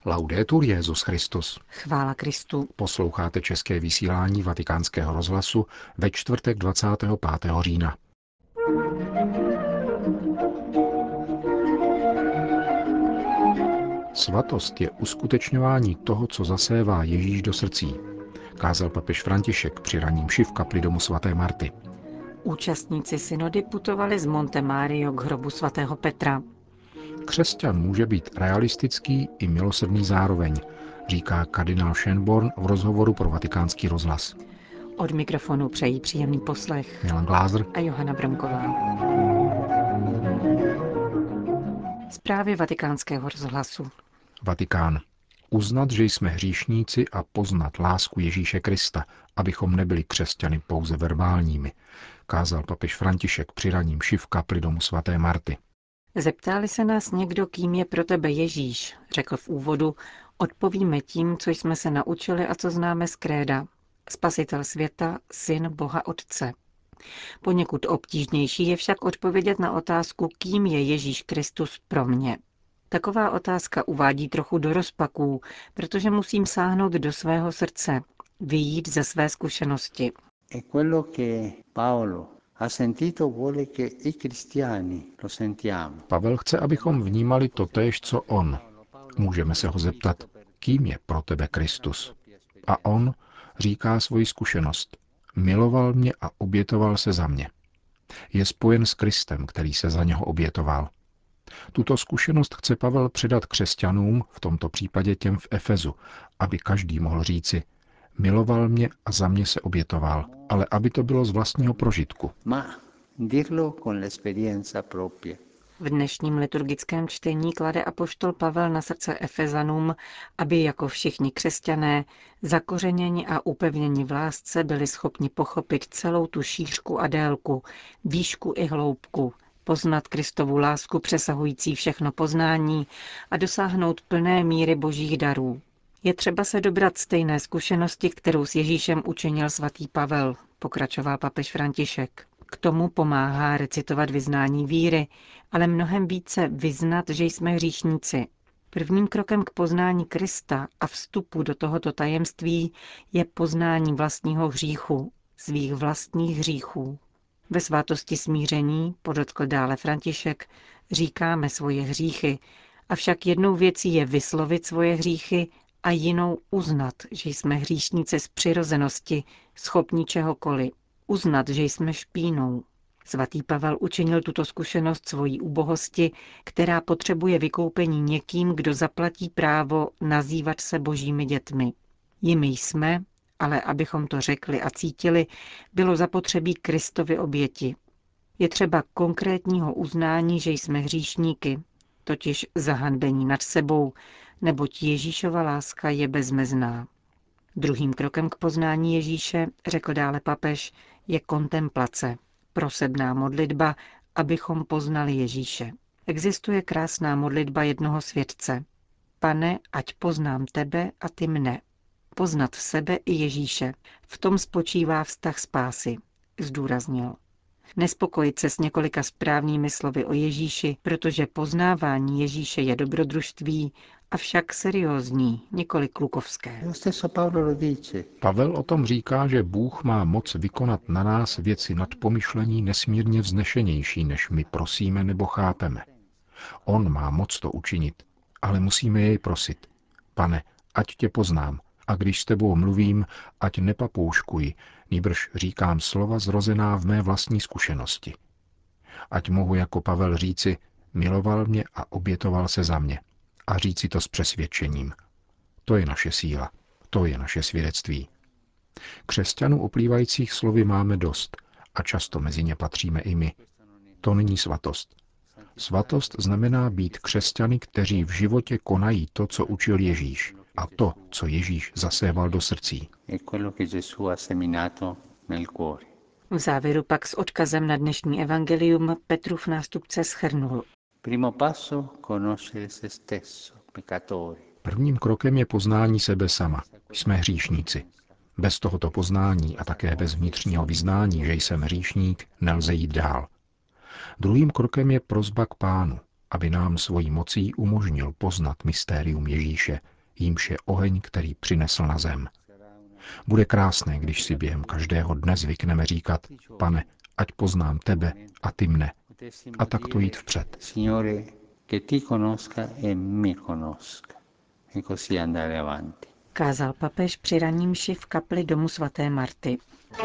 Laudetur Jesus Christus. Chvála Kristu. Posloucháte české vysílání Vatikánského rozhlasu ve čtvrtek 25. října. Svatost je uskutečňování toho, co zasévá Ježíš do srdcí, kázal papež František při ranní mši v kapli domu svaté Marty. Účastníci synody putovali z Monte Mario k hrobu svatého Petra. Křesťan může být realistický i milosrdný zároveň, říká kardinál Schönborn v rozhovoru pro Vatikánský rozhlas. Od mikrofonu přejí příjemný poslech Milan Glázer a Johana Bromková. Zprávy Vatikánského rozhlasu. Vatikán. Uznat, že jsme hříšníci a poznat lásku Ježíše Krista, abychom nebyli křesťany pouze verbálními, kázal papež František při ranní mši v kapli domu svaté Marty. Zeptali se nás někdo, kým je pro tebe Ježíš, řekl v úvodu, odpovíme tím, co jsme se naučili a co známe z kréda. Spasitel světa, syn Boha Otce. Poněkud obtížnější je však odpovědět na otázku, kým je Ježíš Kristus pro mě. Taková otázka uvádí trochu do rozpaků, protože musím sáhnout do svého srdce, vyjít ze své zkušenosti. Pavel chce, abychom vnímali totéž, co on. Můžeme se ho zeptat, kým je pro tebe Kristus. A on říká svoji zkušenost. Miloval mě a obětoval se za mě. Je spojen s Kristem, který se za něho obětoval. Tuto zkušenost chce Pavel předat křesťanům, v tomto případě těm v Efezu, aby každý mohl říci, miloval mě a za mě se obětoval, ale aby to bylo z vlastního prožitku. V dnešním liturgickém čtení klade apoštol Pavel na srdce Efezanům, aby jako všichni křesťané, zakořeněni a upevněni v lásce, byli schopni pochopit celou tu šířku a délku, výšku i hloubku, poznat Kristovu lásku přesahující všechno poznání a dosáhnout plné míry božích darů. Je třeba se dobrat stejné zkušenosti, kterou s Ježíšem učinil svatý Pavel, pokračoval papež František. K tomu pomáhá recitovat vyznání víry, ale mnohem více vyznat, že jsme hříšníci. Prvním krokem k poznání Krista a vstupu do tohoto tajemství je poznání vlastního hříchu, svých vlastních hříchů. Ve svátosti smíření, podotkl dále František, říkáme svoje hříchy, avšak jednou věcí je vyslovit svoje hříchy a jinou uznat, že jsme hříšníci z přirozenosti, schopni čehokoliv. Uznat, že jsme špínou. Svatý Pavel učinil tuto zkušenost svojí ubohosti, která potřebuje vykoupení někým, kdo zaplatí právo nazývat se božími dětmi. Jimi jsme, ale abychom to řekli a cítili, bylo zapotřebí Kristovy oběti. Je třeba konkrétního uznání, že jsme hříšníky, totiž zahanbení nad sebou, neboť Ježíšova láska je bezmezná. Druhým krokem k poznání Ježíše, řekl dále papež, je kontemplace, prosebná modlitba, abychom poznali Ježíše. Existuje krásná modlitba jednoho světce. Pane, ať poznám tebe a ty mne. Poznat sebe i Ježíše. V tom spočívá vztah spásy, zdůraznil. Nespokojit se s několika správnými slovy o Ježíši, protože poznávání Ježíše je dobrodružství, avšak seriózní, nikoli klukovské. Pavel o tom říká, že Bůh má moc vykonat na nás věci nad pomyšlení nesmírně vznešenější, než my prosíme nebo chápeme. On má moc to učinit, ale musíme jej prosit. Pane, ať tě poznám, a když s tebou mluvím, ať nepapouškuji, nýbrž říkám slova zrozená v mé vlastní zkušenosti. Ať mohu jako Pavel říci, miloval mě a obětoval se za mě. A říci to s přesvědčením. To je naše síla, to je naše svědectví. Křesťanů oplývajících slovy máme dost a často mezi ně patříme i my. To není svatost. Svatost znamená být křesťany, kteří v životě konají to, co učil Ježíš, a to, co Ježíš zaséval do srdcí. V závěru pak s odkazem na dnešní evangelium Petrův nástupce shrnul. Prvním krokem je poznání sebe sama. Jsme hříšníci. Bez tohoto poznání a také bez vnitřního vyznání, že jsem hříšník, nelze jít dál. Druhým krokem je prosba k Pánu, aby nám svojí mocí umožnil poznat mystérium Ježíše, jímž je oheň, který přinesl na zem. Bude krásné, když si během každého dne zvykneme říkat: Pane, ať poznám tebe a ty mne. A tak to jít vpřed. Kázal papež při ranní mši v kapli domu svaté Marty.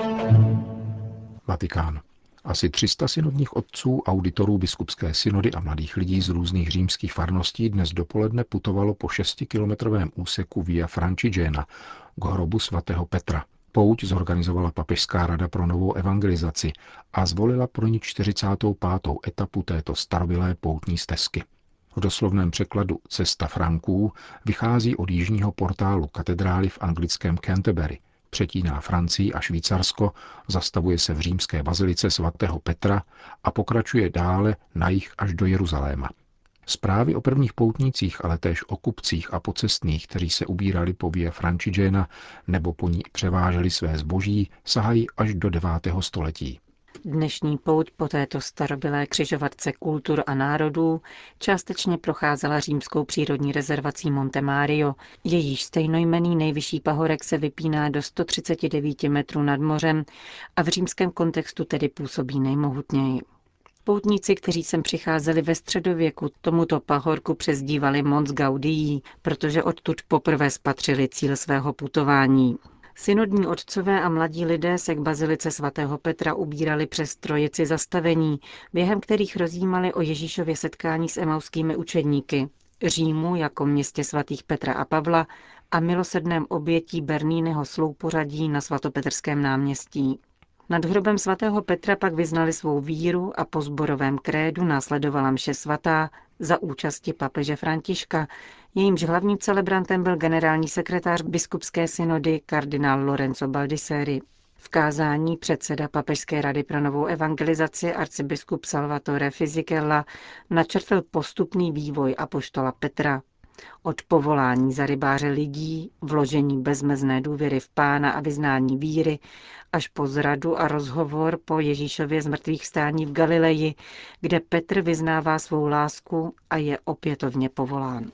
Vatikán. Asi 300 synodních otců, auditorů biskupské synody a mladých lidí z různých římských farností dnes dopoledne putovalo po 6kilometrovém úseku Via Francigena k hrobu svatého Petra. Pouť zorganizovala Papežská rada pro novou evangelizaci a zvolila pro ní 45. etapu této starobylé poutní stezky. V doslovném překladu Cesta Franků vychází od jižního portálu katedrály v anglickém Canterbury, přetíná Francii a Švýcarsko, zastavuje se v římské bazilice svatého Petra a pokračuje dále na jih až do Jeruzaléma. Zprávy o prvních poutnících, ale též o kupcích a pocestných, kteří se ubírali po Via Francigena nebo po ní převáželi své zboží, sahají až do 9. století. Dnešní pouť po této starobylé křižovatce kultur a národů částečně procházela římskou přírodní rezervací Monte Mario, jejíž stejnojmenný nejvyšší pahorek se vypíná do 139 metrů nad mořem a v římském kontextu tedy působí nejmohutněji. Poutníci, kteří sem přicházeli ve středověku, tomuto pahorku přezdívali Mons Gaudií, protože odtud poprvé spatřili cíl svého putování. Synodní otcové a mladí lidé se k bazilice svatého Petra ubírali přes trojici zastavení, během kterých rozjímali o Ježíšově setkání s emauskými učedníky, Římu jako městě svatých Petra a Pavla a milosrdném obětí Bernínneho sloupořadí na svatopetrském náměstí. Nad hrobem svatého Petra pak vyznali svou víru a po sborovém krédu následovala mše svatá za účasti papeže Františka, jejímž hlavním celebrantem byl generální sekretář biskupské synody kardinál Lorenzo Baldisseri. V kázání předseda Papežské rady pro novou evangelizaci arcibiskup Salvatore Fisichella načrtl postupný vývoj apoštola Petra. Od povolání za rybáře lidí, vložení bezmezné důvěry v Pána a vyznání víry, až po zradu a rozhovor po Ježíšově zmrtvých stání v Galileji, kde Petr vyznává svou lásku a je opětovně povolán.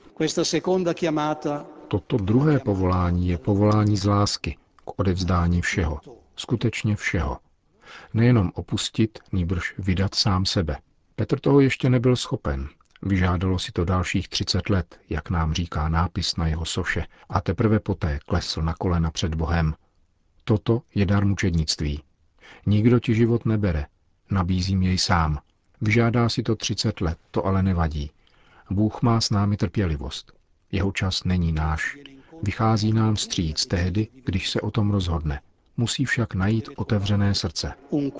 Toto druhé povolání je povolání z lásky, k odevzdání všeho, skutečně všeho. Nejenom opustit, nýbrž vydat sám sebe. Petr toho ještě nebyl schopen. Vyžádalo si to dalších 30 let, jak nám říká nápis na jeho soše, a teprve poté klesl na kolena před Bohem. Toto je dar mučednictví. Nikdo ti život nebere, nabízím jej sám. Vyžádá si to 30 let, to ale nevadí. Bůh má s námi trpělivost. Jeho čas není náš. Vychází nám vstříc tehdy, když se o tom rozhodne. Musí však najít otevřené srdce.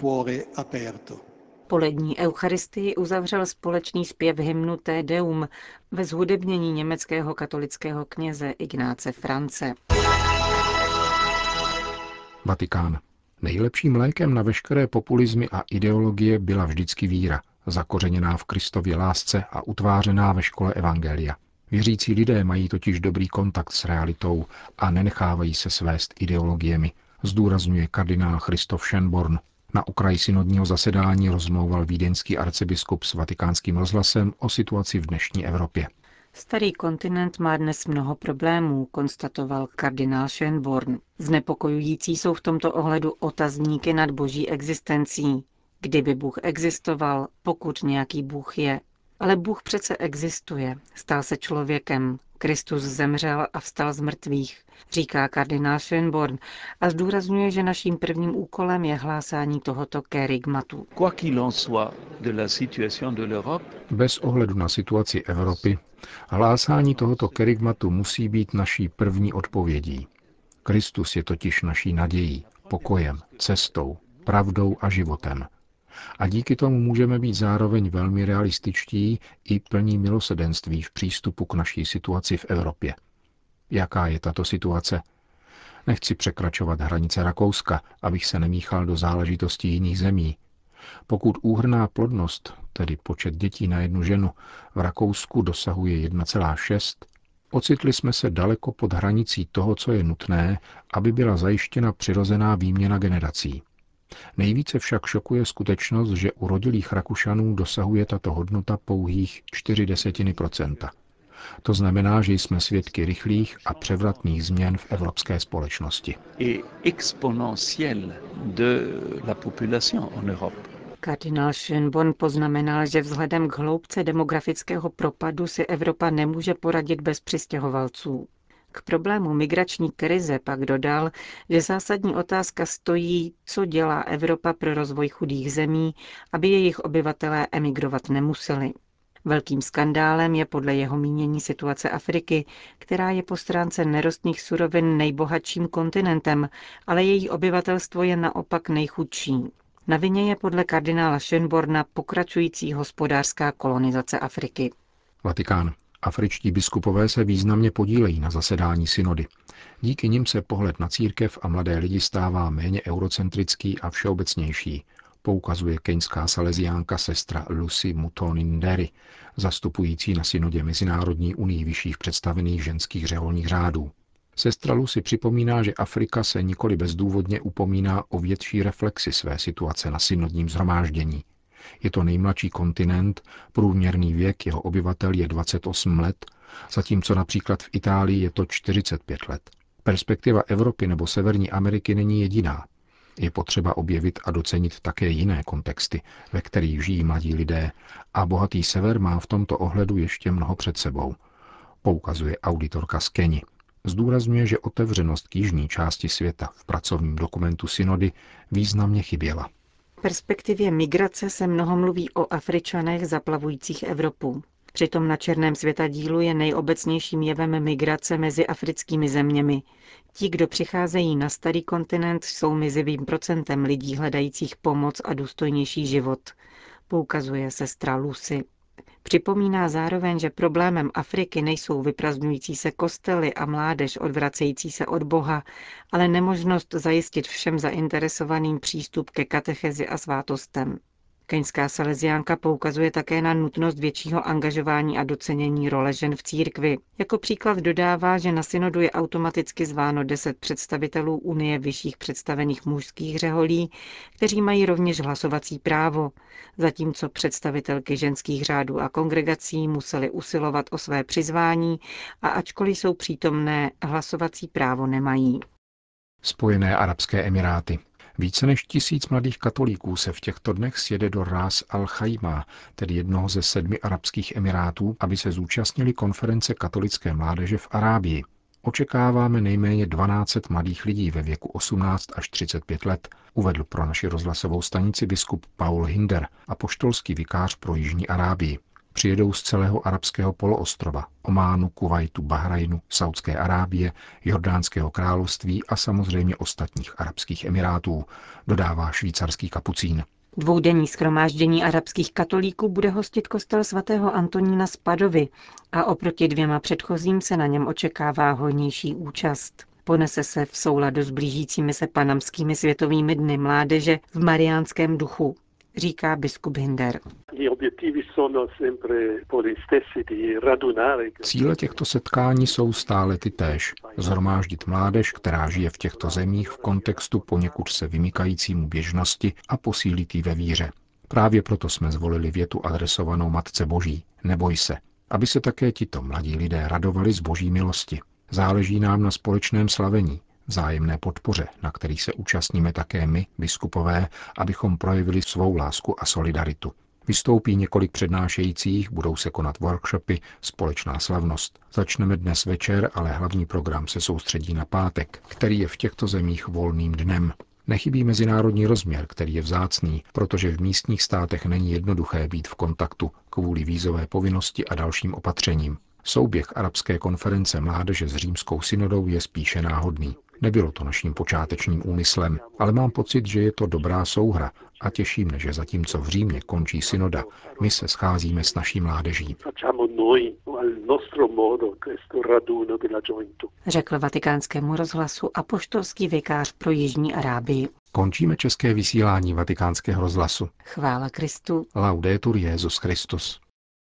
Polední eucharistii uzavřel společný zpěv hymnu Te Deum ve zhudebnění německého katolického kněze Ignáce France. Vatikán. Nejlepším lékem na veškeré populismy a ideologie byla vždycky víra, zakořeněná v Kristově lásce a utvářená ve škole evangelia. Věřící lidé mají totiž dobrý kontakt s realitou a nenechávají se svést ideologiemi, zdůrazňuje kardinál Christoph Schönborn. Na okraji synodního zasedání rozmlouval vídeňský arcibiskup s Vatikánským rozhlasem o situaci v dnešní Evropě. Starý kontinent má dnes mnoho problémů, konstatoval kardinál Schönborn. Znepokojující jsou v tomto ohledu otazníky nad boží existencí. Kdyby Bůh existoval, pokud nějaký Bůh je. Ale Bůh přece existuje, stal se člověkem. Kristus zemřel a vstal z mrtvých, říká kardinál Schönborn a zdůrazňuje, že naším prvním úkolem je hlásání tohoto kérygmatu. Bez ohledu na situaci Evropy, hlásání tohoto kerygmatu musí být naší první odpovědí. Kristus je totiž naší nadějí, pokojem, cestou, pravdou a životem. A díky tomu můžeme být zároveň velmi realističtí i plní milosrdenství v přístupu k naší situaci v Evropě. Jaká je tato situace? Nechci překračovat hranice Rakouska, abych se nemíchal do záležitostí jiných zemí. Pokud úhrnná plodnost, tedy počet dětí na jednu ženu, v Rakousku dosahuje 1,6, ocitli jsme se daleko pod hranicí toho, co je nutné, aby byla zajištěna přirozená výměna generací. Nejvíce však šokuje skutečnost, že u rodilých Rakušanů dosahuje tato hodnota pouhých 0,4%. To znamená, že jsme svědky rychlých a převratných změn v evropské společnosti. Kardinál Schönborn poznamenal, že vzhledem k hloubce demografického propadu si Evropa nemůže poradit bez přistěhovalců. K problému migrační krize pak dodal, že zásadní otázka stojí, co dělá Evropa pro rozvoj chudých zemí, aby jejich obyvatelé emigrovat nemuseli. Velkým skandálem je podle jeho mínění situace Afriky, která je po stránce nerostných surovin nejbohatším kontinentem, ale její obyvatelstvo je naopak nejchudší. Na vině je podle kardinála Schönborna pokračující hospodářská kolonizace Afriky. Vatikán. Afričtí biskupové se významně podílejí na zasedání synody. Díky nim se pohled na církev a mladé lidi stává méně eurocentrický a všeobecnější, poukazuje keňská salesiánka sestra Lucy Muthoni Nderi, zastupující na synodě Mezinárodní unii vyšších představených ženských řeholních řádů. Sestra Lucy připomíná, že Afrika se nikoli bezdůvodně upomíná o větší reflexi své situace na synodním shromáždění. Je to nejmladší kontinent, průměrný věk jeho obyvatel je 28 let, zatímco například v Itálii je to 45 let. Perspektiva Evropy nebo Severní Ameriky není jediná. Je potřeba objevit a docenit také jiné kontexty, ve kterých žijí mladí lidé, a bohatý sever má v tomto ohledu ještě mnoho před sebou, poukazuje auditorka z Keni. Zdůrazňuje, že otevřenost k jižní části světa v pracovním dokumentu synody významně chyběla. V perspektivě migrace se mnoho mluví o Afričanech zaplavujících Evropu. Přitom na černém světadílu je nejobecnějším jevem migrace mezi africkými zeměmi. Ti, kdo přicházejí na starý kontinent, jsou mizivým procentem lidí hledajících pomoc a důstojnější život, poukazuje sestra Lucy. Připomíná zároveň, že problémem Afriky nejsou vyprazdňující se kostely a mládež odvracející se od Boha, ale nemožnost zajistit všem zainteresovaným přístup ke katechezi a svátostem. Keňská salesiánka poukazuje také na nutnost většího angažování a docenění role žen v církvi. Jako příklad dodává, že na synodu je automaticky zváno 10 představitelů Unie vyšších představených mužských řeholí, kteří mají rovněž hlasovací právo, zatímco představitelky ženských řádů a kongregací musely usilovat o své přizvání a ačkoliv jsou přítomné, hlasovací právo nemají. Spojené arabské emiráty. Více než 1000 mladých katolíků se v těchto dnech sjede do Ras Al Khaimah, tedy jednoho ze 7 arabských emirátů, aby se zúčastnili konference katolické mládeže v Arábii. Očekáváme nejméně 1200 mladých lidí ve věku 18 až 35 let, uvedl pro naši rozhlasovou stanici biskup Paul Hinder, apoštolský vikář pro Jižní Arábii. Přijedou z celého arabského poloostrova, Ománu, Kuvajtu, Bahrajnu, Saudské Arábie, Jordánského království a samozřejmě ostatních arabských emirátů, dodává švýcarský kapucín. Dvoudenní shromáždění arabských katolíků bude hostit kostel svatého Antonína z Padovy a oproti 2 předchozím se na něm očekává hojnější účast. Ponese se v souladu s blížícími se panamskými světovými dny mládeže v mariánském duchu, říká biskup Hinder. Cíle těchto setkání jsou stále tytéž. Shromáždit mládež, která žije v těchto zemích v kontextu poněkud se vymykajícímu běžnosti a posílit ji ve víře. Právě proto jsme zvolili větu adresovanou Matce Boží. Neboj se. Aby se také tito mladí lidé radovali z Boží milosti. Záleží nám na společném slavení, vzájemné podpoře, na kterých se účastníme také my, biskupové, abychom projevili svou lásku a solidaritu. Vystoupí několik přednášejících, budou se konat workshopy, společná slavnost. Začneme dnes večer, ale hlavní program se soustředí na pátek, který je v těchto zemích volným dnem. Nechybí mezinárodní rozměr, který je vzácný, protože v místních státech není jednoduché být v kontaktu kvůli vízové povinnosti a dalším opatřením. Souběh arabské konference mládeže s římskou synodou je spíše náhodný. Nebylo to naším počátečním úmyslem, ale mám pocit, že je to dobrá souhra a těší mne, že zatímco v Římě končí synoda, my se scházíme s naší mládeží. Řekl Vatikánskému rozhlasu apoštolský vikář pro Jižní Arábii. Končíme české vysílání Vatikánského rozhlasu. Chvála Kristu. Laudetur Jesus Christus.